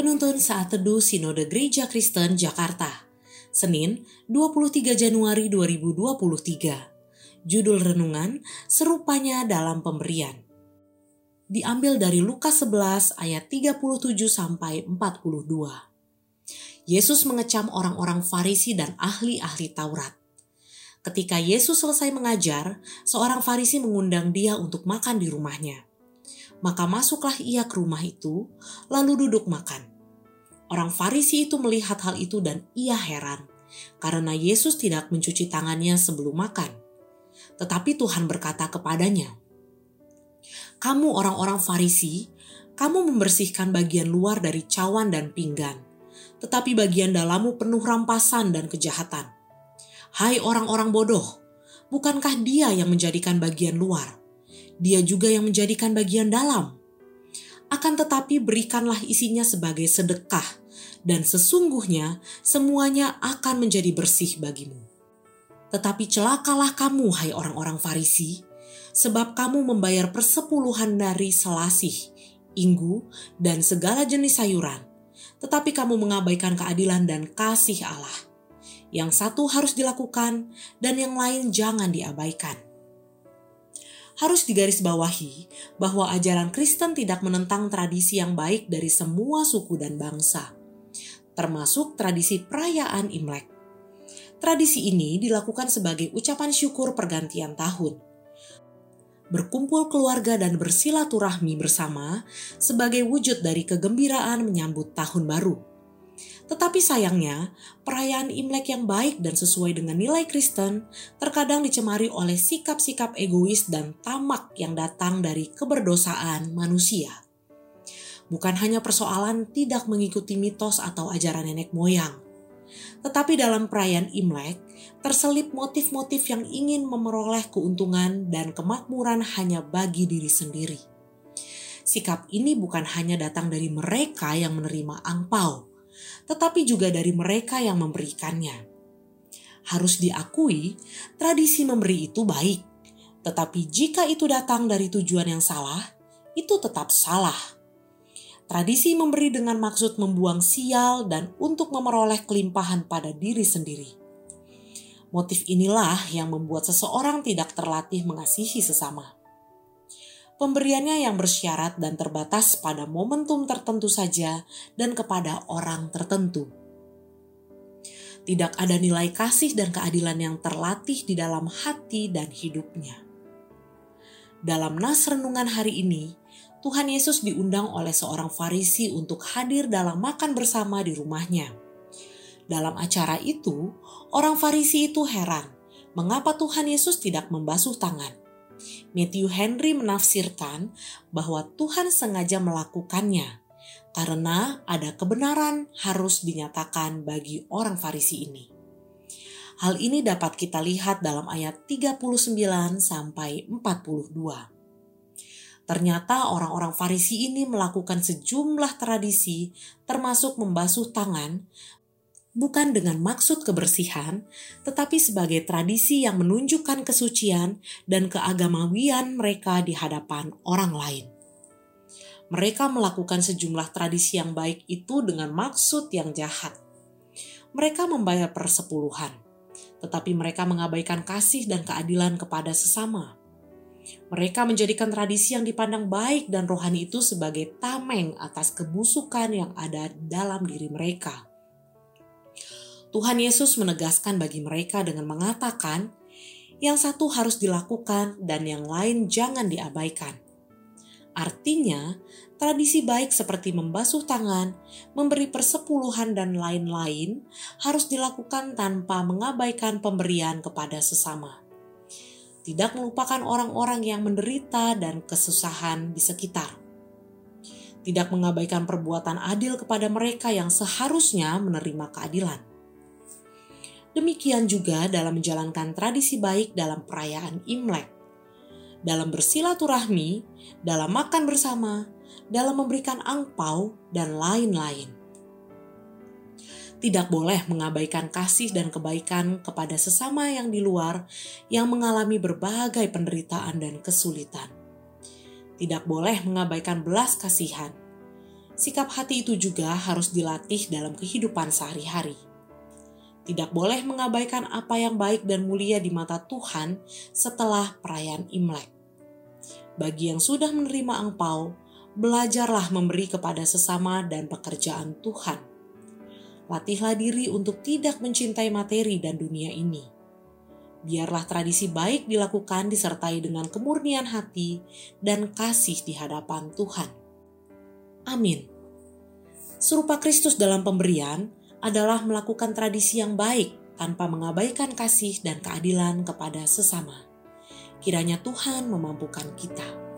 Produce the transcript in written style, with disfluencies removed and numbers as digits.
Penuntun Saat Teduh Sinode Gereja Kristen Jakarta, Senin 23 Januari 2023. Judul renungan, Serupanya dalam Pemberian. Diambil dari Lukas 11 ayat 37-42. Yesus mengecam orang-orang Farisi dan ahli-ahli Taurat. Ketika Yesus selesai mengajar, seorang Farisi mengundang dia untuk makan di rumahnya. Maka masuklah ia ke rumah itu, lalu duduk makan. Orang Farisi itu melihat hal itu dan ia heran, karena Yesus tidak mencuci tangannya sebelum makan. Tetapi Tuhan berkata kepadanya, "Kamu orang-orang Farisi, kamu membersihkan bagian luar dari cawan dan pinggan, tetapi bagian dalammu penuh rampasan dan kejahatan. Hai orang-orang bodoh, bukankah Dia yang menjadikan bagian luar? Dia juga yang menjadikan bagian dalam. Akan tetapi berikanlah isinya sebagai sedekah, dan sesungguhnya semuanya akan menjadi bersih bagimu. Tetapi celakalah kamu, hai orang-orang Farisi, sebab kamu membayar persepuluhan dari selasih, inggu, dan segala jenis sayuran, tetapi kamu mengabaikan keadilan dan kasih Allah. Yang satu harus dilakukan, dan yang lain jangan diabaikan." Harus digarisbawahi bahwa ajaran Kristen tidak menentang tradisi yang baik dari semua suku dan bangsa, termasuk tradisi perayaan Imlek. Tradisi ini dilakukan sebagai ucapan syukur pergantian tahun. Berkumpul keluarga dan bersilaturahmi bersama sebagai wujud dari kegembiraan menyambut tahun baru. Tetapi sayangnya, perayaan Imlek yang baik dan sesuai dengan nilai Kristen terkadang dicemari oleh sikap-sikap egois dan tamak yang datang dari keberdosaan manusia. Bukan hanya persoalan tidak mengikuti mitos atau ajaran nenek moyang, tetapi dalam perayaan Imlek terselip motif-motif yang ingin memperoleh keuntungan dan kemakmuran hanya bagi diri sendiri. Sikap ini bukan hanya datang dari mereka yang menerima angpau, tetapi juga dari mereka yang memberikannya. Harus diakui, tradisi memberi itu baik, tetapi jika itu datang dari tujuan yang salah, itu tetap salah. Tradisi memberi dengan maksud membuang sial dan untuk memperoleh kelimpahan pada diri sendiri. Motif inilah yang membuat seseorang tidak terlatih mengasihi sesama. Pemberiannya yang bersyarat dan terbatas pada momentum tertentu saja dan kepada orang tertentu. Tidak ada nilai kasih dan keadilan yang terlatih di dalam hati dan hidupnya. Dalam nas renungan hari ini, Tuhan Yesus diundang oleh seorang Farisi untuk hadir dalam makan bersama di rumahnya. Dalam acara itu, orang Farisi itu heran mengapa Tuhan Yesus tidak membasuh tangan. Matthew Henry menafsirkan bahwa Tuhan sengaja melakukannya karena ada kebenaran harus dinyatakan bagi orang Farisi ini. Hal ini dapat kita lihat dalam ayat 39-42. Ternyata orang-orang Farisi ini melakukan sejumlah tradisi termasuk membasuh tangan, bukan dengan maksud kebersihan, tetapi sebagai tradisi yang menunjukkan kesucian dan keagamawian mereka di hadapan orang lain. Mereka melakukan sejumlah tradisi yang baik itu dengan maksud yang jahat. Mereka membayar persepuluhan, tetapi mereka mengabaikan kasih dan keadilan kepada sesama. Mereka menjadikan tradisi yang dipandang baik dan rohani itu sebagai tameng atas kebusukan yang ada dalam diri mereka. Tuhan Yesus menegaskan bagi mereka dengan mengatakan, yang satu harus dilakukan dan yang lain jangan diabaikan. Artinya, tradisi baik seperti membasuh tangan, memberi persepuluhan dan lain-lain harus dilakukan tanpa mengabaikan pemberian kepada sesama. Tidak melupakan orang-orang yang menderita dan kesusahan di sekitar. Tidak mengabaikan perbuatan adil kepada mereka yang seharusnya menerima keadilan. Demikian juga dalam menjalankan tradisi baik dalam perayaan Imlek, dalam bersilaturahmi, dalam makan bersama, dalam memberikan angpau, dan lain-lain. Tidak boleh mengabaikan kasih dan kebaikan kepada sesama yang di luar yang mengalami berbagai penderitaan dan kesulitan. Tidak boleh mengabaikan belas kasihan. sikap hati itu juga harus dilatih dalam kehidupan sehari-hari. Tidak boleh mengabaikan apa yang baik dan mulia di mata Tuhan setelah perayaan Imlek. Bagi yang sudah menerima angpau, belajarlah memberi kepada sesama dan pekerjaan Tuhan. Latihlah diri untuk tidak mencintai materi dan dunia ini. Biarlah tradisi baik dilakukan disertai dengan kemurnian hati dan kasih di hadapan Tuhan. Amin. Serupa Kristus dalam pemberian adalah melakukan tradisi yang baik tanpa mengabaikan kasih dan keadilan kepada sesama. Kiranya Tuhan memampukan kita.